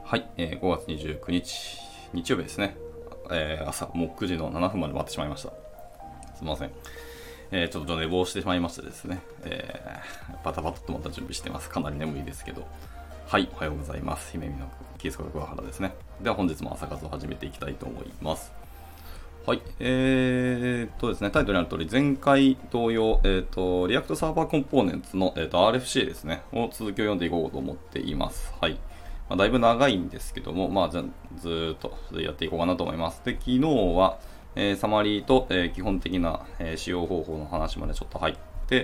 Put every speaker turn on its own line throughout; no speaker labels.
はい、5月29日、日曜日ですね。朝、もう9時の7分まで待ってしまいました。すみません。ちょっと寝坊してしまいましてですね。バタバタとまた準備してます。かなり眠いですけど。はい、おはようございます。姫美のキースこと桑原ですね。では本日も朝活を始めていきたいと思います。はい、ですね、タイトルにある通り、前回同様、リアクトサーバーコンポーネンツの、RFC ですね、を続きを読んでいこうと思っています。はい。だいぶ長いんですけども、ずーっとやっていこうかなと思います。で、昨日は、サマリーと、基本的な、使用方法の話までちょっと入って、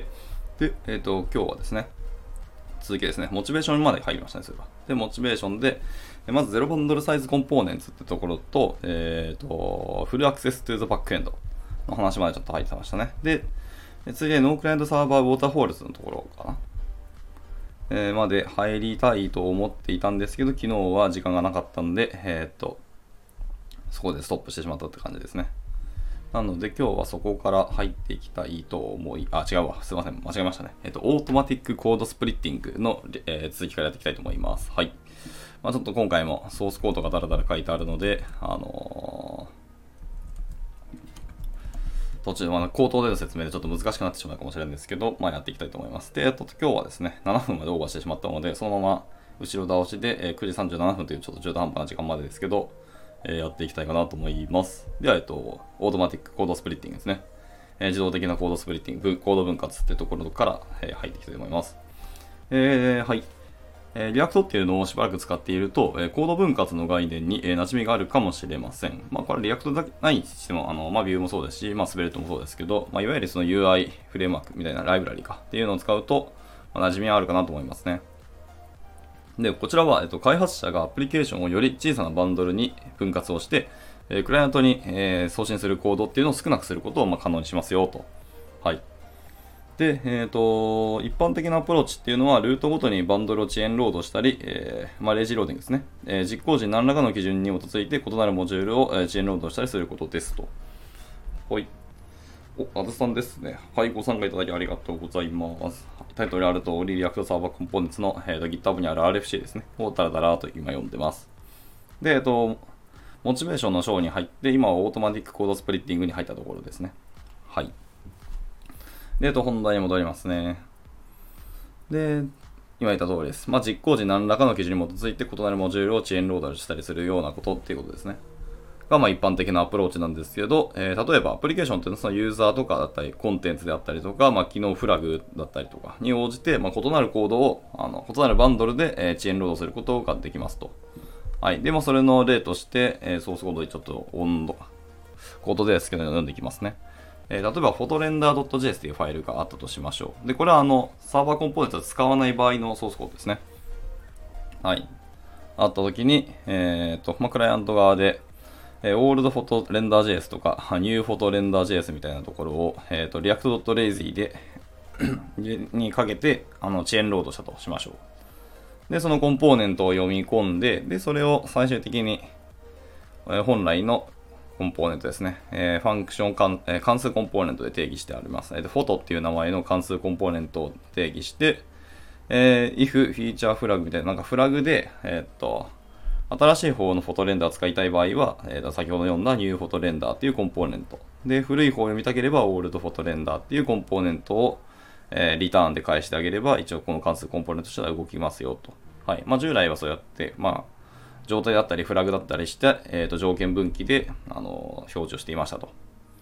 で、今日はですね、続きですね、モチベーションまで入りましたね、それは。で、モチベーションで、まずゼロバンドルサイズコンポーネンツってところと、フルアクセストゥーザバックエンドの話までちょっと入ってましたね。で、次はノークライアントサーバーウォーターフォールズのところかな。まで入りたいと思っていたんですけど、昨日は時間がなかったんで、そこでストップしてしまったって感じですね。なので今日はそこから入っていきたいと思い、違うわ。すいません。間違えましたね。オートマティックコードスプリッティングの、続きからやっていきたいと思います。はい。ちょっと今回もソースコードがダラダラ書いてあるので、途中、口頭での説明でちょっと難しくなってしまうかもしれないんですけど、やっていきたいと思います。で、今日はですね、7分までオーバーしてしまったので、そのまま後ろ倒しで、9時37分というちょっと中途半端な時間までですけど、やっていきたいかなと思います。では、オートマティックコードスプリッティングですね。自動的なコードスプリッティング、コード分割っていうところから、入っていきたいと思います。はい。リアクトっていうのをしばらく使っていると、コード分割の概念に、馴染みがあるかもしれません。これリアクトだけないにしても、ビューもそうですし、スベルトもそうですけど、いわゆるその UI フレームワークみたいなライブラリかっていうのを使うと、馴染みはあるかなと思いますね。で、こちらは、開発者がアプリケーションをより小さなバンドルに分割をして、クライアントに、送信するコードっていうのを少なくすることを可能にしますよと。はい。で、一般的なアプローチっていうのは、ルートごとにバンドルを遅延ロードしたり、レイジーローディングですね。実行時何らかの基準に基づいて異なるモジュールを遅延ロードしたりすることですと。はい。あずさんですね。はい、ご参加いただきありがとうございます。タイトルにある通り、リアクトサーバーコンポーネンツの、GitHub にある RFC ですね。をダラダラと今読んでます。で、モチベーションの章に入って、今はオートマティックコードスプリッティングに入ったところですね。はい。で、本題に戻りますね。で、今言った通りです。実行時何らかの基準に基づいて異なるモジュールを遅延ロードしたりするようなことっていうことですね。が一般的なアプローチなんですけど、例えばアプリケーションっていうのはそのユーザーとかだったり、コンテンツであったりとか、機能フラグだったりとかに応じて、異なるコードを、異なるバンドルで、遅延ロードすることができますと。はい。で、それの例として、ソースコードでちょっとコードですけど読んでいきますね。例えば、フォトレンダー .js というファイルがあったとしましょう。で、これはサーバーコンポーネントを使わない場合のソースコードですね。はい。あったときに、クライアント側で、オールドフォトレンダー JS とか、ニューフォトレンダー JS みたいなところを、react.lazy でにかけて、遅延ロードしたとしましょう。で、そのコンポーネントを読み込んで、で、それを最終的に、本来のコンポーネントですね。ファンクション関数コンポーネントで定義してあります。フォトっていう名前の関数コンポーネントを定義して、if フィーチャーフラグみたいな、フラグで、新しい方のフォトレンダーを使いたい場合は、先ほど読んだニューフォトレンダーっていうコンポーネント。で、古い方を読みたければ、オールドフォトレンダーっていうコンポーネントを、リターンで返してあげれば、一応この関数コンポーネントとしては動きますよと。はい。従来はそうやって、状態だったりフラグだったりして、条件分岐で、表示をしていましたと。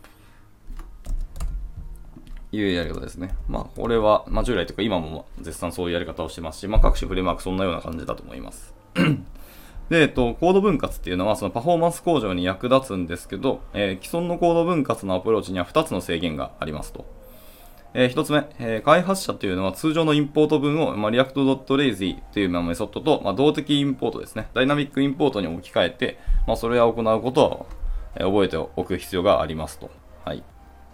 いうやり方ですね。これは、従来というか今も絶賛そういうやり方をしてますし、各種フレームワークそんなような感じだと思います。で、コード分割っていうのはそのパフォーマンス向上に役立つんですけど、既存のコード分割のアプローチには2つの制限がありますと。1つ目、開発者というのは通常のインポート文を、react.lazy というメソッドと、動的インポートですね。ダイナミックインポートに置き換えて、それを行うことを、覚えておく必要がありますと。はい。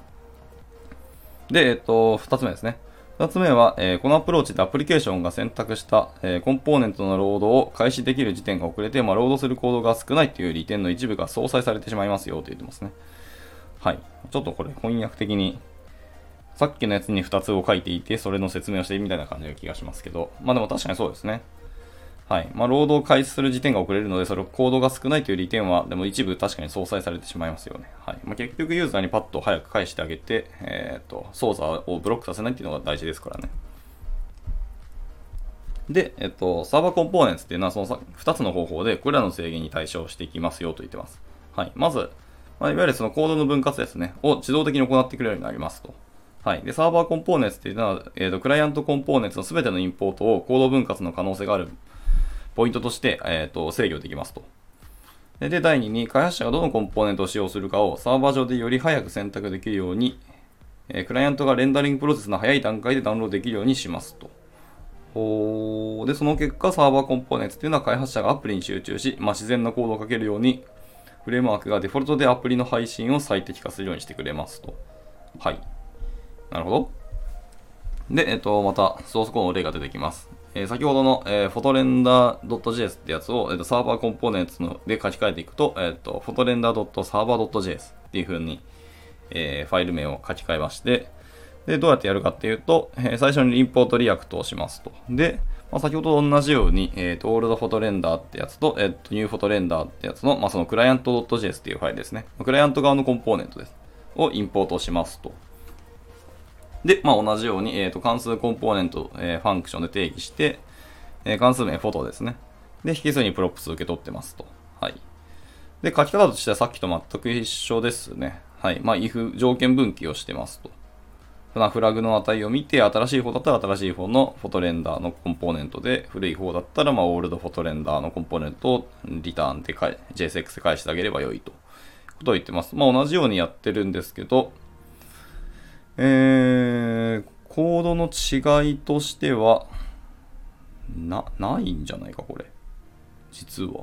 で、2つ目ですね。2つ目は、このアプローチでアプリケーションが選択した、コンポーネントのロードを開始できる時点が遅れて、ロードするコードが少ないという利点の一部が相殺されてしまいますよと言ってますね。はい。ちょっとこれ翻訳的に、さっきのやつに2つを書いていて、それの説明をしているみたいな感じの気がしますけど、でも確かにそうですね。 はい。ロードを開始する時点が遅れるので、それコードが少ないという利点は、でも一部確かに相殺されてしまいますよね。はい。結局ユーザーにパッと早く返してあげて、操作をブロックさせないっていうのが大事ですからね。で、サーバーコンポーネンツっていうのはその2つの方法でこれらの制限に対処していきますよと言ってます。はい。まず、いわゆるそのコードの分割ですね、を自動的に行ってくれるようになりますと。はい。で、サーバーコンポーネンツっていうのは、クライアントコンポーネンツの全てのインポートをコード分割の可能性があるポイントとして、制御できますと。で、第2に、開発者がどのコンポーネントを使用するかをサーバー上でより早く選択できるように、クライアントがレンダリングプロセスの早い段階でダウンロードできるようにしますと。で、その結果、サーバーコンポーネンツっていうのは開発者がアプリに集中し、自然なコードを書けるように、フレームワークがデフォルトでアプリの配信を最適化するようにしてくれますと。はい。なるほど。で、また、ソースコードの例が出てきます。先ほどの、フォトレンダー .js ってやつを、サーバーコンポーネンツで書き換えていくと、フォトレンダー .server.js っていう風に、ファイル名を書き換えまして、で、どうやってやるかっていうと、最初にインポートリアクトをしますと。で、先ほどと同じように、オールドフォトレンダーってやつと、ニューフォトレンダーってやつの、そのクライアント .js っていうファイルですね。クライアント側のコンポーネントです。をインポートしますと。で、同じように、関数コンポーネント、ファンクションで定義して、関数名フォトですね。で、引数にプロップス受け取ってますと。はい。で、書き方としてはさっきと全く一緒ですね。はい。if 条件分岐をしてますと。フラグの値を見て、新しい方だったら新しい方のフォトレンダーのコンポーネントで、古い方だったら、オールドフォトレンダーのコンポーネントをリターンでJSX で返してあげればよいと。ことを言ってます。同じようにやってるんですけど、コードの違いとしては、ないんじゃないか、これ。実は。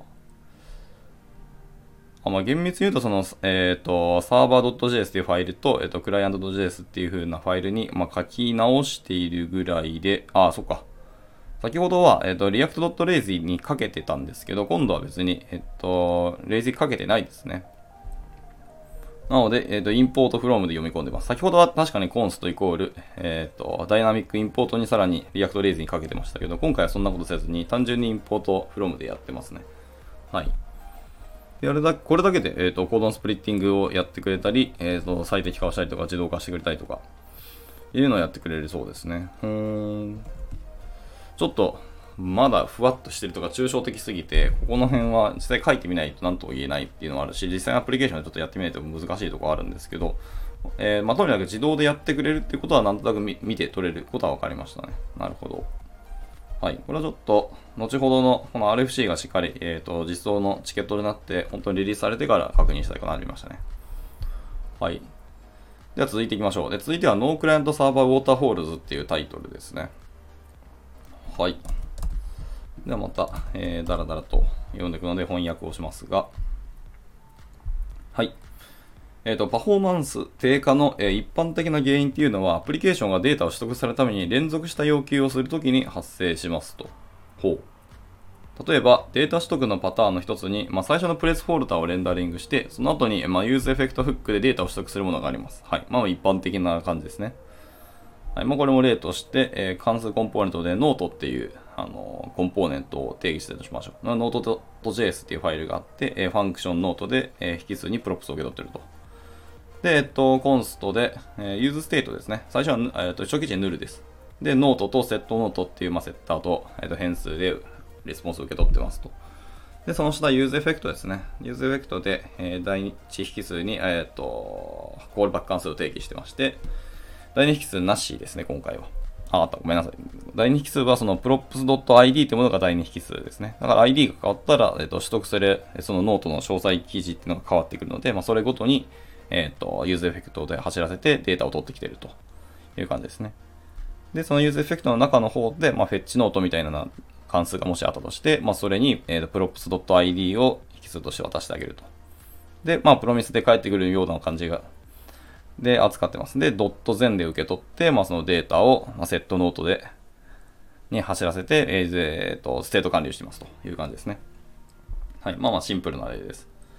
厳密に言うと、サーバー .js っていうファイルと、クライアント .js っていう風なファイルに、書き直しているぐらいで、そっか。先ほどは、react.lazy にかけてたんですけど、今度は別に、lazy かけてないですね。なので、import from で読み込んでます。先ほどは確かに const イコール、ダイナミックインポートにさらに React Lazy にかけてましたけど、今回はそんなことせずに単純に import from でやってますね。はい。これだけで、コードのスプリッティングをやってくれたり、最適化をしたりとか、自動化してくれたりとか、いうのをやってくれるそうですね。ちょっと、まだふわっとしてるとか抽象的すぎて、ここの辺は実際書いてみないと何とも言えないっていうのはあるし、実際のアプリケーションでちょっとやってみないと難しいところあるんですけど、とにかく自動でやってくれるっていうことはなんとなく見て取れることは分かりましたね。なるほど。はい。これはちょっと、後ほどのこの RFC がしっかり、実装のチケットになって、本当にリリースされてから確認したいかなりましたね。はい。では続いていきましょう。で、続いてはノークライアントサーバーウォーターホールズっていうタイトルですね。はい。ではまた、だらだらと読んでいくので翻訳をしますが、はい。パフォーマンス低下の、一般的な原因っていうのは、アプリケーションがデータを取得するために連続した要求をするときに発生しますと。例えば、データ取得のパターンの一つに、最初のプレスフォルダをレンダリングして、その後に、ユーズエフェクトフックでデータを取得するものがあります。はい。一般的な感じですね。はい。これも例として、関数コンポーネントでノートっていう、コンポーネントを定義したとしましょう。ノート .js っていうファイルがあって、ファンクションノートで、引数にプロプスを受け取ってると。で、コンストで、ユーズステートですね。最初は、初期値ヌルです。で、ノートとセットノートっていう、セッターと、変数でレスポンスを受け取ってますと。で、その下、ユーズエフェクトですね。ユーズエフェクトで、第一引数に、コールバック関数を定義してまして、第二引数なしですね、今回は。ごめんなさい。第二引数はその props.id というものが第二引数ですね。だから ID が変わったら、取得するそのノートの詳細記事っていうのが変わってくるので、それごとに、ユーズエフェクトで走らせてデータを取ってきているという感じですね。で、そのユーズエフェクトの中の方で、フェッチノートみたいな関数がもしあったとして、それに、props.id を引数として渡してあげると。で、プロミスで返ってくるような感じで扱ってます。で、ドット前で受け取って、そのデータを、セットノートに走らせて、ステート管理をしてますという感じですね。はい。シンプルな例です。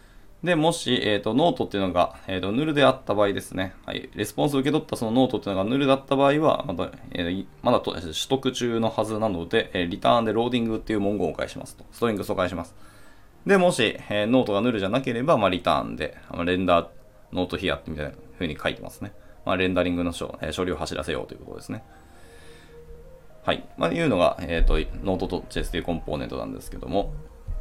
で、もし、ノートっていうのが、ヌルであった場合ですね。はい。レスポンスを受け取ったそのノートっていうのがヌルだった場合は、まだ取得中のはずなので、リターンでローディングっていう文言を返しますと。ストリングスを返します。で、もし、ノートがヌルじゃなければ、リターンで、レンダー、ノートヒアみたいな風に書いてますね。レンダリングの処理を走らせようということですね。はい。いうのが、ノートと JS というコンポーネントなんですけども、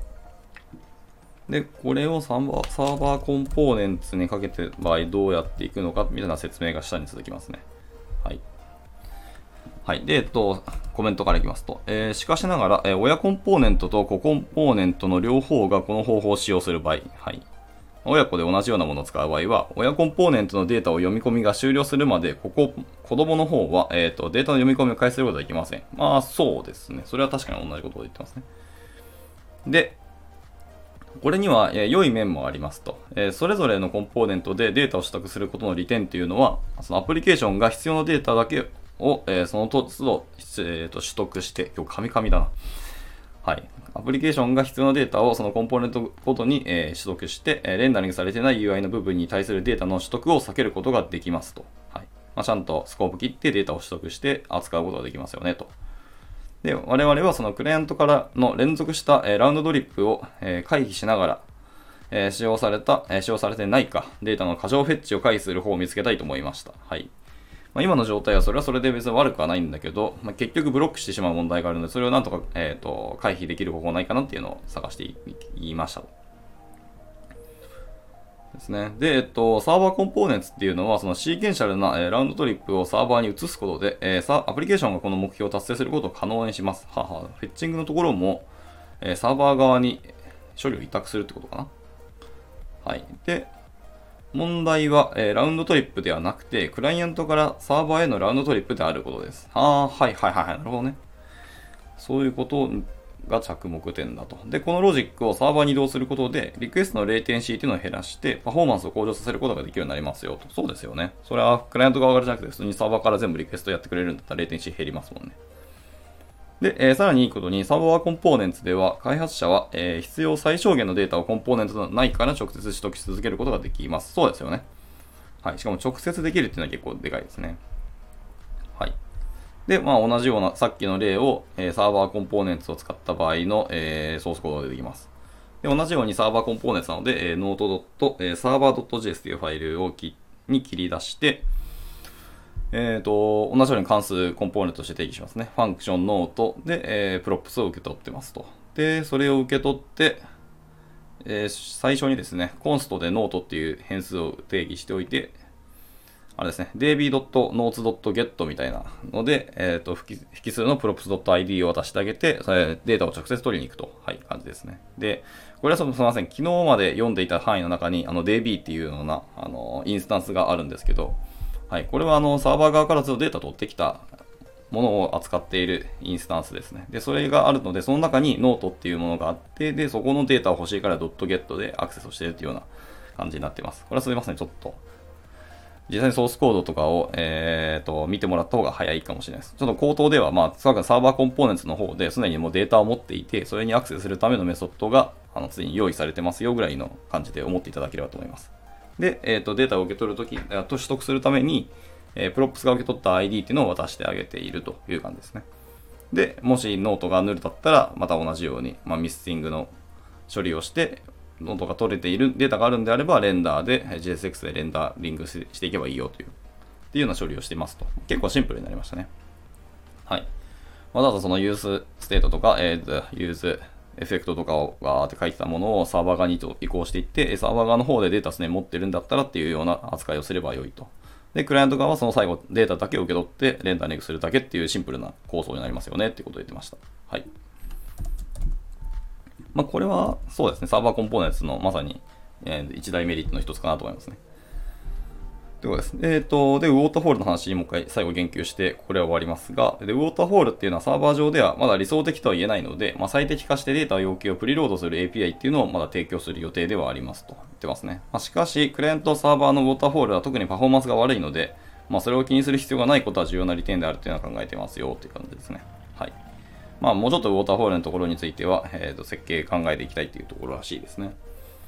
で、これをサーバーコンポーネンツにかけて場合どうやっていくのかみたいな説明が下に続きますね。はい。はい。で、コメントからいきますと、しかしながら、親コンポーネントと子コンポーネントの両方がこの方法を使用する場合、はい。親子で同じようなものを使う場合は、親コンポーネントのデータを読み込みが終了するまで、子供の方は、データの読み込みを開始することはできません。そうですね。それは確かに同じことを言ってますね。で、これには良い面もありますと。それぞれのコンポーネントでデータを取得することの利点っていうのは、そのアプリケーションが必要なデータだけをその都度取得して、今日カミカミだな。はい。アプリケーションが必要なデータをそのコンポーネントごとに取得して、レンダリングされていない UI の部分に対するデータの取得を避けることができますと。はい。ちゃんとスコープ切ってデータを取得して扱うことができますよねと。で、我々はそのクライアントからの連続したラウンドドリップを回避しながら、使用されてないか、データの過剰フェッチを回避する方を見つけたいと思いました。はい。今の状態はそれはそれで別に悪くはないんだけど、結局ブロックしてしまう問題があるので、それをなんとか、回避できる方法ないかなっていうのを探して言いました。ですね。で、サーバーコンポーネンツっていうのは、そのシーケンシャルな、ラウンドトリップをサーバーに移すことで、アプリケーションがこの目標を達成することを可能にします。フェッチングのところも、サーバー側に処理を委託するってことかな。はい。で、問題は、ラウンドトリップではなくて、クライアントからサーバーへのラウンドトリップであることです。はい。なるほどね。そういうことが着目点だと。で、このロジックをサーバーに移動することで、リクエストのレイテンシーっていうのを減らして、パフォーマンスを向上させることができるようになりますよと。そうですよね。それはクライアント側からじゃなくて、普通にサーバーから全部リクエストやってくれるんだったら、レイテンシー減りますもんね。で、さらにいいことに、サーバーコンポーネンツでは、開発者は、必要最小限のデータをコンポーネントの内から直接取得し続けることができます。そうですよね。はい。しかも直接できるっていうのは結構でかいですね。はい。で、同じような、さっきの例を、サーバーコンポーネンツを使った場合の、ソースコードでできます。で、同じようにサーバーコンポーネンツなので、node.server.js というファイルに切り出して、同じように関数コンポーネントとして定義しますね。ファンクションノートで、プロップスを受け取ってますと。で、それを受け取って、最初にですね、コンストでノートっていう変数を定義しておいて、あれですね、db.notes.get みたいなので、引数の props.id を渡してあげて、データを直接取りに行くと、はい、感じですね。で、これはすみません、昨日まで読んでいた範囲の中に、db っていうような、インスタンスがあるんですけど、はい、これはサーバー側からずっとデータを取ってきたものを扱っているインスタンスですね。で、それがあるので、その中にノートっていうものがあって、で、そこのデータを欲しいから .get でアクセスをしているっていうような感じになっています。これはすみません、ちょっと、実際にソースコードとかを、見てもらった方が早いかもしれないです。ちょっと口頭では、サーバーコンポーネンツの方で、すでにもうデータを持っていて、それにアクセスするためのメソッドが、すでに用意されてますよぐらいの感じで思っていただければと思います。で、データを受け取るとき、取得するために、プロップスが受け取った ID っていうのを渡してあげているという感じですね。で、もしノートがヌルだったら、また同じように、ミスティングの処理をして、ノートが取れているデータがあるんであれば、レンダーで JSX でレンダリングしていけばいいよっていうような処理をしていますと。結構シンプルになりましたね。はい。わざわざそのユースステートとか、ユースエフェクトとかをガーって書いてたものをサーバー側に移行していって、サーバー側の方でデータすでに持ってるんだったらっていうような扱いをすればよいと。で、クライアント側はその最後データだけを受け取ってレンダリングするだけっていうシンプルな構想になりますよねっていうことを言ってました。はい。これはそうですね、サーバーコンポーネンツのまさに、一大メリットの一つかなと思いますね。ということです。で、ウォーターフォールの話にもう一回最後言及して、これは終わりますが、で、ウォーターフォールっていうのはサーバー上ではまだ理想的とは言えないので、最適化してデータ要求をプリロードする API っていうのをまだ提供する予定ではありますと言ってますね。しかし、クライアントサーバーのウォーターフォールは特にパフォーマンスが悪いので、それを気にする必要がないことは重要な利点であるというのは考えてますよという感じですね。はい。もうちょっとウォーターフォールのところについては、設計考えていきたいというところらしいですね。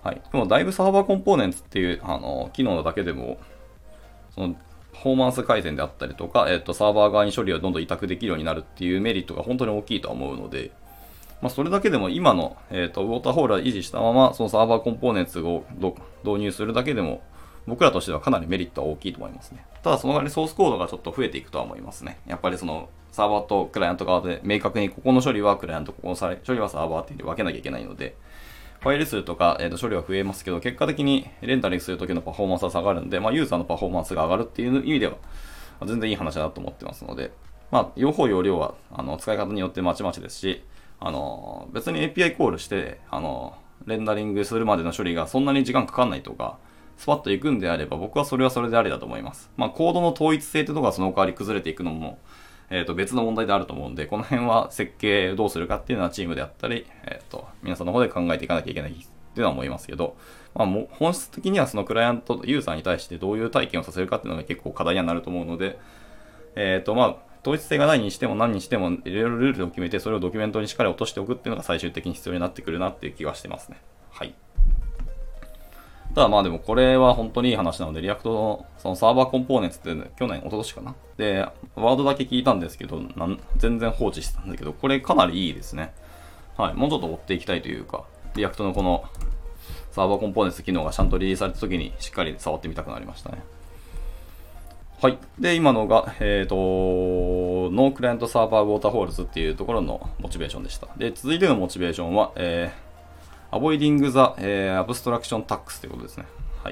はい。でもだいぶサーバーコンポーネンツっていう、機能だけでも、その、パフォーマンス改善であったりとか、サーバー側に処理をどんどん委託できるようになるっていうメリットが本当に大きいとは思うので、まあ、それだけでも今の、ウォーターホールは維持したまま、そのサーバーコンポーネンツを導入するだけでも、僕らとしてはかなりメリットは大きいと思いますね。ただその代わりソースコードがちょっと増えていくとは思いますね。やっぱりそのサーバーとクライアント側で明確にここの処理はクライアント、ここの処理はサーバーっていうふうに分けなきゃいけないので、ファイル数とか、処理は増えますけど、結果的にレンタリングするときのパフォーマンスは下がるんで、まあ、ユーザーのパフォーマンスが上がるっていう意味では、全然いい話だと思ってますので、まあ、用法用量は使い方によってまちまちですし、別に API コールして、レンダリングするまでの処理がそんなに時間かかんないとか、スパッと行くんであれば、僕はそれはそれでありだと思います。まあ、コードの統一性ってところがその代わり崩れていくのも、別の問題であると思うんで、この辺は設計をどうするかっていうのはチームであったり、皆さんの方で考えていかなきゃいけないっていうのは思いますけど、まあ、もう本質的にはそのクライアント、ユーザーに対してどういう体験をさせるかっていうのが結構課題にはなると思うので、まあ、統一性がないにしても何にしてもいろいろルールを決めて、それをドキュメントにしっかり落としておくっていうのが最終的に必要になってくるなっていう気はしてますね。はい。ただまあでもこれは本当にいい話なので、リアクトのそのサーバーコンポーネンツって、去年、一昨年かな。で、ワードだけ聞いたんですけど、全然放置してたんだけど、これかなりいいですね。はい。もうちょっと追っていきたいというか、リアクトのこのサーバーコンポーネンツ機能がちゃんとリリースされた時にしっかり触ってみたくなりましたね。はい。で、今のが、ノークライアントサーバーウォーターホールズっていうところのモチベーションでした。で、続いてのモチベーションは、アボイディング・ザ・アブストラクション・タックスということですね。はい。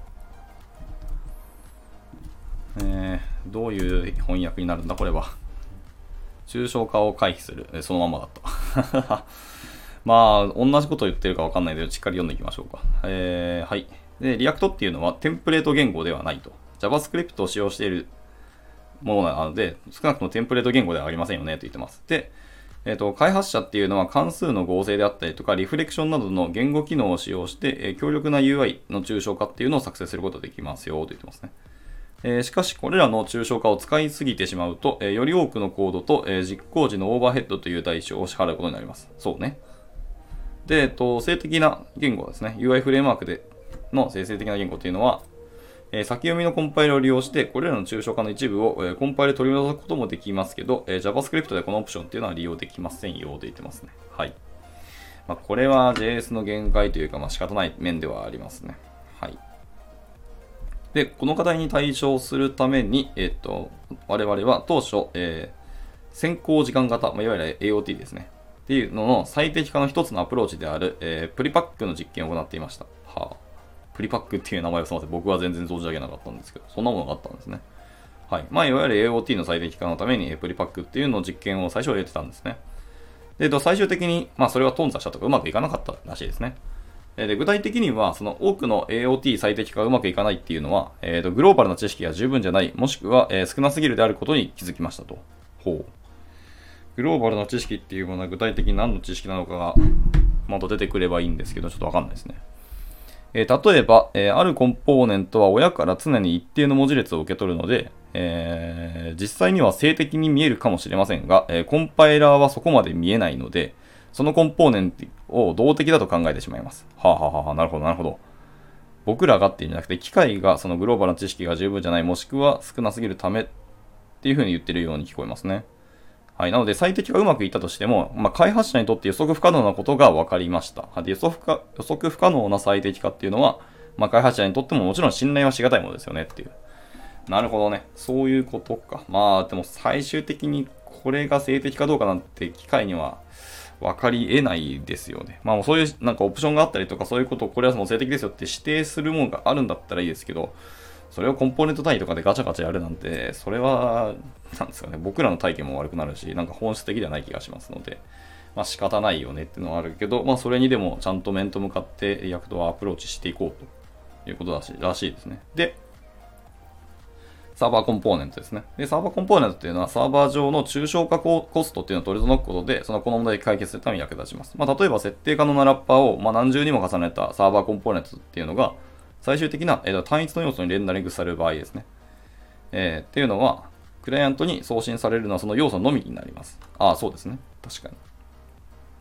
どういう翻訳になるんだ、これは。抽象化を回避する。そのままだった。まあ、同じことを言ってるか分かんないので、しっかり読んでいきましょうか。はい。で、リアクトっていうのはテンプレート言語ではないと。JavaScript を使用しているものなので、少なくともテンプレート言語ではありませんよねと言ってます。で、開発者っていうのは関数の合成であったりとか、リフレクションなどの言語機能を使用して、強力な UI の抽象化っていうのを作成することができますよと言ってますね。しかし、これらの抽象化を使いすぎてしまうと、より多くのコードと、実行時のオーバーヘッドという代償を支払うことになります。そうね。で、静的な言語ですね。UI フレームワークでの静的な言語というのは、先読みのコンパイルを利用して、これらの抽象化の一部を、コンパイルで取り除くこともできますけど、JavaScript でこのオプションっていうのは利用できませんよと言ってますね。はい。まあ、これは JS の限界というか、まあ、仕方ない面ではありますね。はい。で、この課題に対処するために、我々は当初、先行時間型、まあ、いわゆる AOT ですね。っていうのの最適化の一つのアプローチである、プリパックの実験を行っていました。はあ。プリパックっていう名前をすみません。僕は全然存じ上げなかったんですけど、そんなものがあったんですね。はい。まあ、いわゆる AOT の最適化のためにプリパックっていうのを実験を最初は入れてたんですね。で、最終的に、まあ、それは頓挫したとかうまくいかなかったらしいですね。で、具体的には、その多くの AOT 最適化がうまくいかないっていうのは、グローバルな知識が十分じゃない、もしくは、少なすぎるであることに気づきましたと。ほう。グローバルな知識っていうものは具体的に何の知識なのかが、また出てくればいいんですけど、ちょっとわかんないですね。例えば、あるコンポーネントは親から常に一定の文字列を受け取るので、実際には静的に見えるかもしれませんが、コンパイラーはそこまで見えないので、そのコンポーネントを動的だと考えてしまいます。はあ、はあはあ、なるほど、なるほど。僕らがっていうんじゃなくて、機械がそのグローバルな知識が十分じゃない、もしくは少なすぎるためっていう風に言ってるように聞こえますね。はい。なので、最適化がうまくいったとしても、まあ、開発者にとって予測不可能なことが分かりました。で、予測不可能な最適化っていうのは、まあ、開発者にとってももちろん信頼はしがたいものですよねっていう。なるほどね。そういうことか。まあ、でも最終的にこれが静的かどうかなんて機械には分かり得ないですよね。まあ、そういうなんかオプションがあったりとか、そういうことをこれはもう静的ですよって指定するものがあるんだったらいいですけど、それをコンポーネント単位とかでガチャガチャやるなんて、それは、なんですかね、僕らの体験も悪くなるし、なんか本質的ではない気がしますので、まあ仕方ないよねっていうのはあるけど、まあそれにでもちゃんと面と向かってリアクトはアプローチしていこうということらしいですね。で、サーバーコンポーネントですね。で、サーバーコンポーネントっていうのはサーバー上の抽象化コストっていうのを取り除くことで、この問題を解決するために役立ちます。まあ例えば設定可能なラッパーを、まあ、何重にも重ねたサーバーコンポーネントっていうのが、最終的な、単一の要素にレンダリングされる場合ですね。っていうのは、クライアントに送信されるのはその要素のみになります。ああ、そうですね。確かに。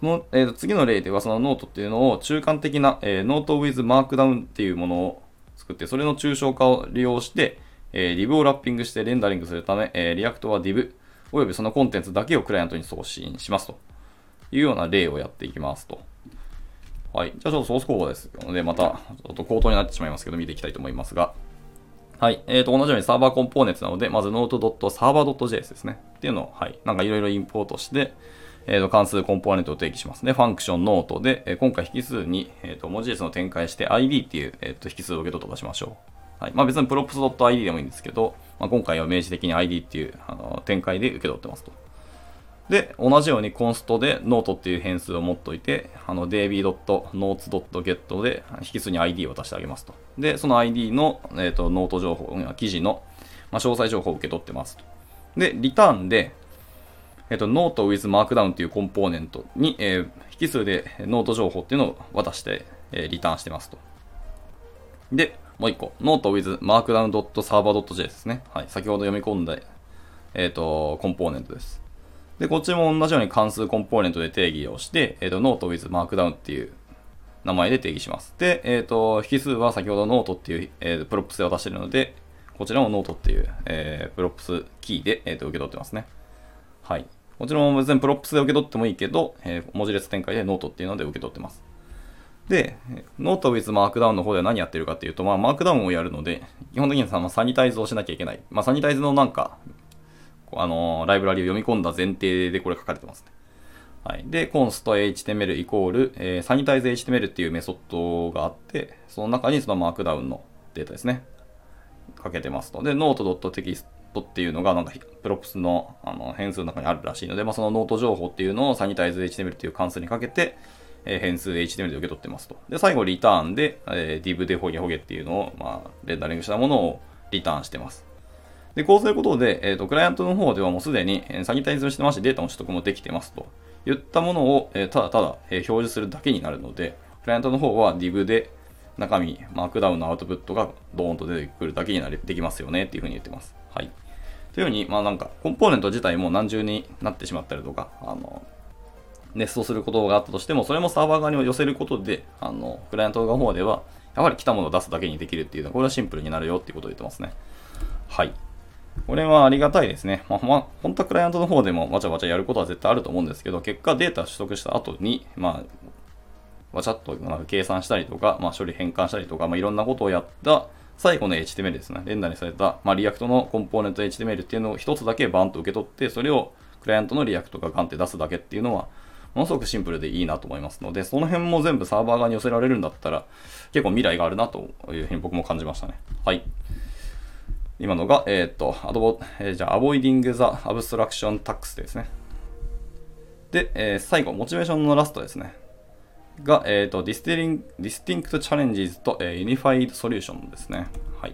その、次の例ではそのノートっていうのを中間的な、ノート with Markdown っていうものを作って、それの抽象化を利用して、div をラッピングしてレンダリングするため、React は div およびそのコンテンツだけをクライアントに送信しますというような例をやっていきますと。はい。じゃあちょっとソースコードですので、またちょっと口頭になってしまいますけど、見ていきたいと思いますが。はい。同じようにサーバーコンポーネンツなので、まず node.server.js ですね。っていうのを、はい。なんかいろいろインポートして、関数コンポーネントを定義しますね。ファンクションノートで、今回引数に、文字列の展開して ID っていう、引数を受け取って出しましょう。はい。まあ別に props.id でもいいんですけど、まあ、今回は明示的に ID っていう展開で受け取ってますと。で、同じようにコンストで note っていう変数を持っておいて、db.notes.get で引数に ID を渡してあげますと。で、その ID の、ノート情報、記事の、詳細情報を受け取ってますと。で、リターンで、note with markdown っていうコンポーネントに、引数でノート情報っていうのを渡して、リターンしてますと。で、もう一個、note with markdown.server.js ですね。はい。先ほど読み込んだ、コンポーネントです。で、こっちも同じように関数コンポーネントで定義をして、note with markdown っていう名前で定義します。で、引数は先ほど note っていう、プロップスで渡しているので、こちらも note っていう、プロップスキーで、受け取ってますね。はい。こちらも別にプロップスで受け取ってもいいけど、文字列展開で note っていうので受け取ってます。で、note with markdown の方では何やってるかっていうと、まあ、マークダウンをやるので、基本的にサニタイズをしなきゃいけない。まあ、サニタイズのなんか、ライブラリを読み込んだ前提でこれ書かれてますね。はい。で、const.html イコール、sanitize.html っていうメソッドがあって、その中にそのマークダウンのデータですね。かけてますと。で、note.text っていうのがなんかプロプスの変数の中にあるらしいので、まあ、そのノート情報っていうのを sanitize.html っていう関数にかけて、変数 HTML で受け取ってますと。で、最後リターンで、div でホゲホゲっていうのを、まあ、レンダリングしたものをリターンしてます。で、こうすることで、クライアントの方ではもうすでにサニタイズをしてましてデータの取得もできてますといったものを、ただただ、表示するだけになるので、クライアントの方は div で中身、マークダウンのアウトプットがドーンと出てくるだけにできますよねっていうふうに言ってます。はい。というように、まあなんか、コンポーネント自体も何重になってしまったりとか、ネストすることがあったとしても、それもサーバー側に寄せることで、クライアント側の方では、やはり来たものを出すだけにできるっていうのは、これはシンプルになるよっていうことを言ってますね。はい。これはありがたいですね。まあ、本当はクライアントの方でもわちゃわちゃやることは絶対あると思うんですけど、結果データ取得した後に、まあ、わちゃっとなんか計算したりとか、まあ、処理変換したりとか、まあ、いろんなことをやった最後の HTML ですね。レンダーにされた、まあ、リアクトのコンポーネント HTML っていうのを一つだけバンと受け取って、それをクライアントのリアクトがガンって出すだけっていうのは、ものすごくシンプルでいいなと思いますので、その辺も全部サーバー側に寄せられるんだったら、結構未来があるなというふうに僕も感じましたね。はい。今のが、じゃあ、avoiding the abstraction tax ですね。で、最後、モチベーションのラストですね。が、distinct challenges と、unified solution ですね。はい。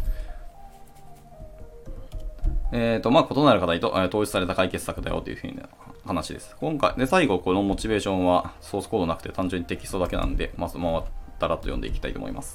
まあ、異なる課題と、統一された解決策だよというふうな話です。今回、で、最後、このモチベーションはソースコードなくて単純にテキストだけなんで、まあ、そのままだらっと読んでいきたいと思います。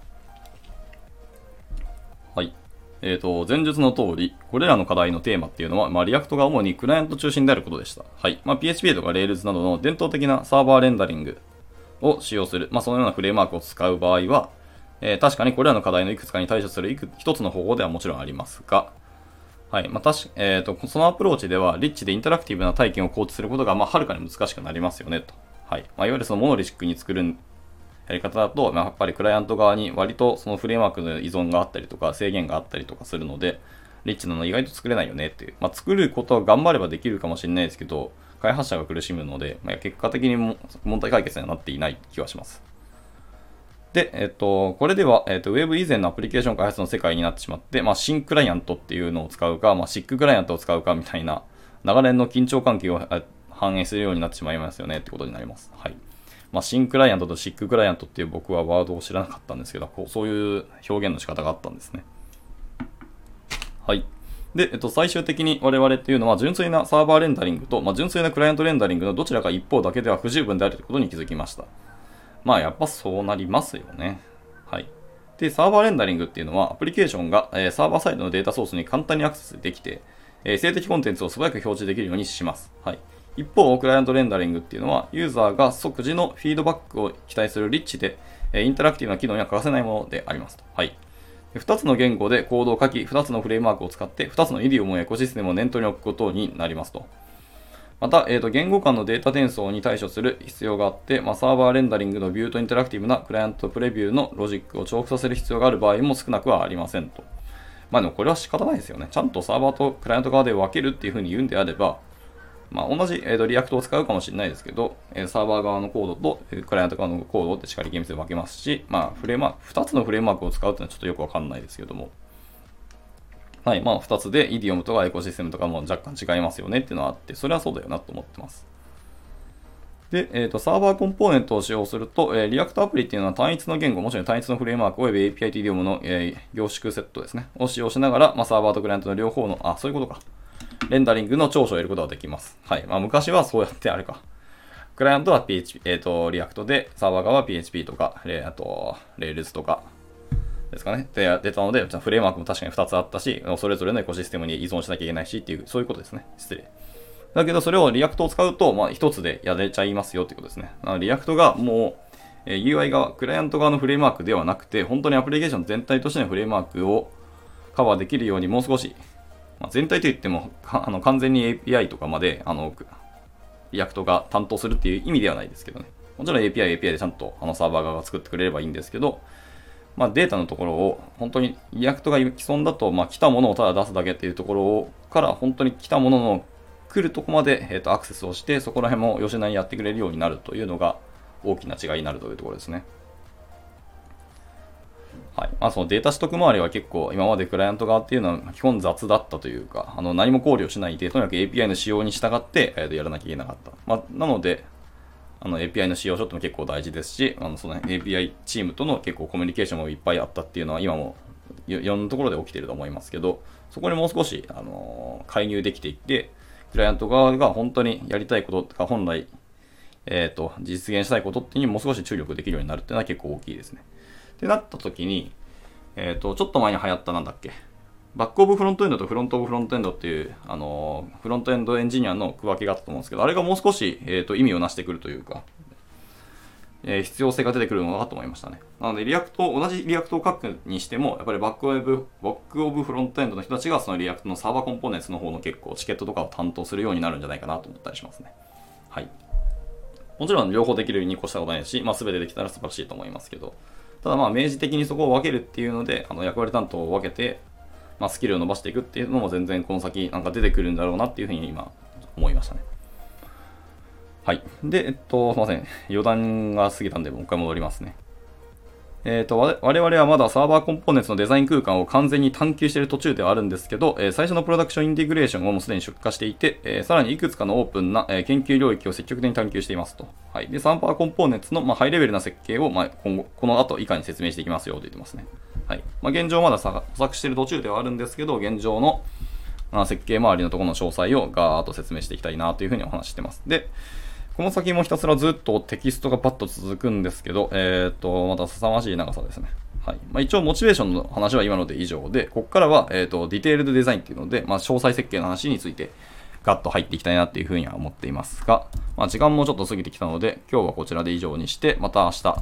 はい。前述の通り、これらの課題のテーマっていうのは、まあ、リアクトが主にクライアント中心であることでした。はい。まあ、PHP とか Rails などの伝統的なサーバーレンダリングを使用する、まあ、そのようなフレームワークを使う場合は、確かにこれらの課題のいくつかに対処する一つの方法ではもちろんありますが、はい。まあ、そのアプローチでは、リッチでインタラクティブな体験を構築することが、まあ、はるかに難しくなりますよね、と。はい。まあ、いわゆるそのモノリシックに作るやり方だと、まあ、やっぱりクライアント側に割とそのフレームワークの依存があったりとか、制限があったりとかするので、リッチなの意外と作れないよねっていう。まあ、作ることは頑張ればできるかもしれないですけど、開発者が苦しむので、まあ、結果的にも問題解決にはなっていない気はします。で、これでは、Web 以前のアプリケーション開発の世界になってしまって、まあ、新クライアントっていうのを使うか、まあ、シッククライアントを使うかみたいな、長年の緊張関係を反映するようになってしまいますよねってことになります。はい。まあ、新クライアントとシッククライアントっていう僕はワードを知らなかったんですけど、そういう表現の仕方があったんですね。はい。で、最終的に我々っていうのは純粋なサーバーレンダリングと、まあ、純粋なクライアントレンダリングのどちらか一方だけでは不十分であるということに気づきました。まあやっぱそうなりますよね。はい。で、サーバーレンダリングっていうのはアプリケーションがサーバーサイドのデータソースに簡単にアクセスできて、静的コンテンツを素早く表示できるようにします。はい。 一方、クライアントレンダリングっていうのは、ユーザーが即時のフィードバックを期待するリッチで、インタラクティブな機能には欠かせないものでありますと。はい。2つの言語でコードを書き、2つのフレームワークを使って、2つのイディオムやエコシステムを念頭に置くことになりますと。また、言語間のデータ転送に対処する必要があって、サーバーレンダリングのビューとインタラクティブなクライアントプレビューのロジックを重複させる必要がある場合も少なくはありませんと。でもこれは仕方ないですよね。ちゃんとサーバーとクライアント側で分けるっていうふうに言うんであれば、同じ、リアクトを使うかもしれないですけど、サーバー側のコードとクライアント側のコードってしっかり厳密に分けますし、フレームワーク、2つのフレームワークを使うっていうのはちょっとよくわかんないですけども、はい、2つでイディオムとかエコシステムとかも若干違いますよねっていうのはあって、それはそうだよなと思ってます。で、サーバーコンポーネントを使用すると、リアクトアプリっていうのは単一の言語、もちろん単一のフレームワークおよび API とイディオムの、凝縮セットですね、を使用しながら、サーバーとクライアントの両方の、そういうことか。レンダリングの長所を得ることができます。はい。昔はそうやってあれか。クライアントは PHP、リアクトで、サーバー側は PHP とか、あと、Rails とかですかね。で、出たので、フレームワークも確かに2つあったし、それぞれのエコシステムに依存しなきゃいけないしっていう、そういうことですね。失礼。だけど、それをリアクトを使うと、1つでやれちゃいますよっていうことですね。リアクトがもう、UI 側、クライアント側のフレームワークではなくて、本当にアプリケーション全体としてのフレームワークをカバーできるようにもう少し、全体といっても完全に API とかまでリアクトが担当するっていう意味ではないですけどね。もちろん API でちゃんとサーバー側が作ってくれればいいんですけど、データのところを本当にリアクトが既存だと、来たものをただ出すだけっていうところから本当に来たものの来るところまで、アクセスをして、そこら辺も吉田にやってくれるようになるというのが大きな違いになるというところですね。はい。そのデータ取得周りは結構今までクライアント側っていうのは基本雑だったというか、何も考慮しないで、とにかく API の仕様に従って、やらなきゃいけなかった。なので、API の使用書っても結構大事ですし、その API チームとの結構コミュニケーションもいっぱいあったっていうのは今もいろんなところで起きていると思いますけど、そこにもう少し、介入できていって、クライアント側が本当にやりたいこととか、本来、実現したいことっていうのにもう少し注力できるようになるっていうのは結構大きいですね。ってなった時に、ちょっと前に流行ったなんだっけ、バックオブフロントエンドとフロントオブフロントエンドっていう、フロントエンドエンジニアの区分けがあったと思うんですけど、あれがもう少し、意味をなしてくるというか、必要性が出てくるのかと思いましたね。なので、同じリアクトを書くにしても、やっぱりバックオブフロントエンドの人たちがそのリアクトのサーバーコンポーネンツの方の結構チケットとかを担当するようになるんじゃないかなと思ったりしますね。はい。もちろん両方できるに越したことないし、全てできたら素晴らしいと思いますけど、ただ明示的にそこを分けるっていうので、役割担当を分けて、スキルを伸ばしていくっていうのも全然この先なんか出てくるんだろうなっていうふうに今思いましたね。はい。で、すいません。余談が過ぎたんでもう一回戻りますね。我々はまだサーバーコンポーネンツのデザイン空間を完全に探求している途中ではあるんですけど、最初のプロダクションインテグレーションをもうすでに出荷していて、さらにいくつかのオープンな、研究領域を積極的に探求していますと。はい。で、サーバーコンポーネンツの、ハイレベルな設計を、今後、この後以下に説明していきますよと言ってますね。はい。現状まだ模索している途中ではあるんですけど、現状の、設計周りのところの詳細をガーッと説明していきたいなというふうにお話してます。で、この先もひたすらずっとテキストがパッと続くんですけど、また凄まじい長さですね。はい。一応モチベーションの話は今ので以上で、ここからは、ディテールドデザインっていうので、詳細設計の話についてガッと入っていきたいなっていうふうには思っていますが、時間もちょっと過ぎてきたので、今日はこちらで以上にして、また明日から、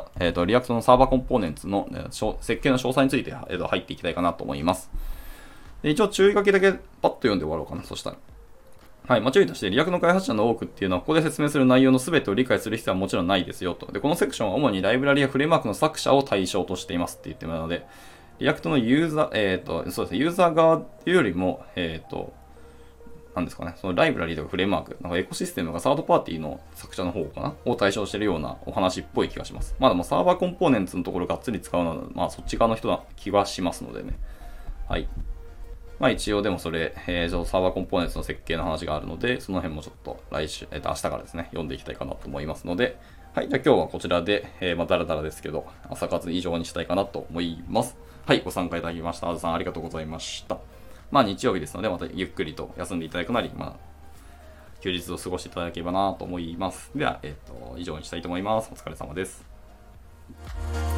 リアクトのサーバーコンポーネンツの、設計の詳細について、入っていきたいかなと思います。で一応注意書きだけパッと読んで終わろうかな、そしたら。はい。注意として、リアクトの開発者の多くっていうのは、ここで説明する内容の全てを理解する必要はもちろんないですよと。で、このセクションは主にライブラリやフレームワークの作者を対象としていますって言ってるので、リアクトのユーザー、そうですね、ユーザー側っていうよりも、なんですかね、そのライブラリとかフレームワーク、なんかエコシステムがサードパーティーの作者の方かなを対象しているようなお話っぽい気がします。でもサーバーコンポーネンツのところがっつり使うのは、そっち側の人な気はしますのでね。はい。一応でもそれ、サーバーコンポーネンツの設計の話があるので、その辺もちょっと明日からですね、読んでいきたいかなと思いますので、はい。じゃあ今日はこちらで、だらだらですけど、朝活以上にしたいかなと思います。はい。ご参加いただきました。あずさんありがとうございました。日曜日ですので、またゆっくりと休んでいただくなり、休日を過ごしていただければなと思います。では、以上にしたいと思います。お疲れ様です。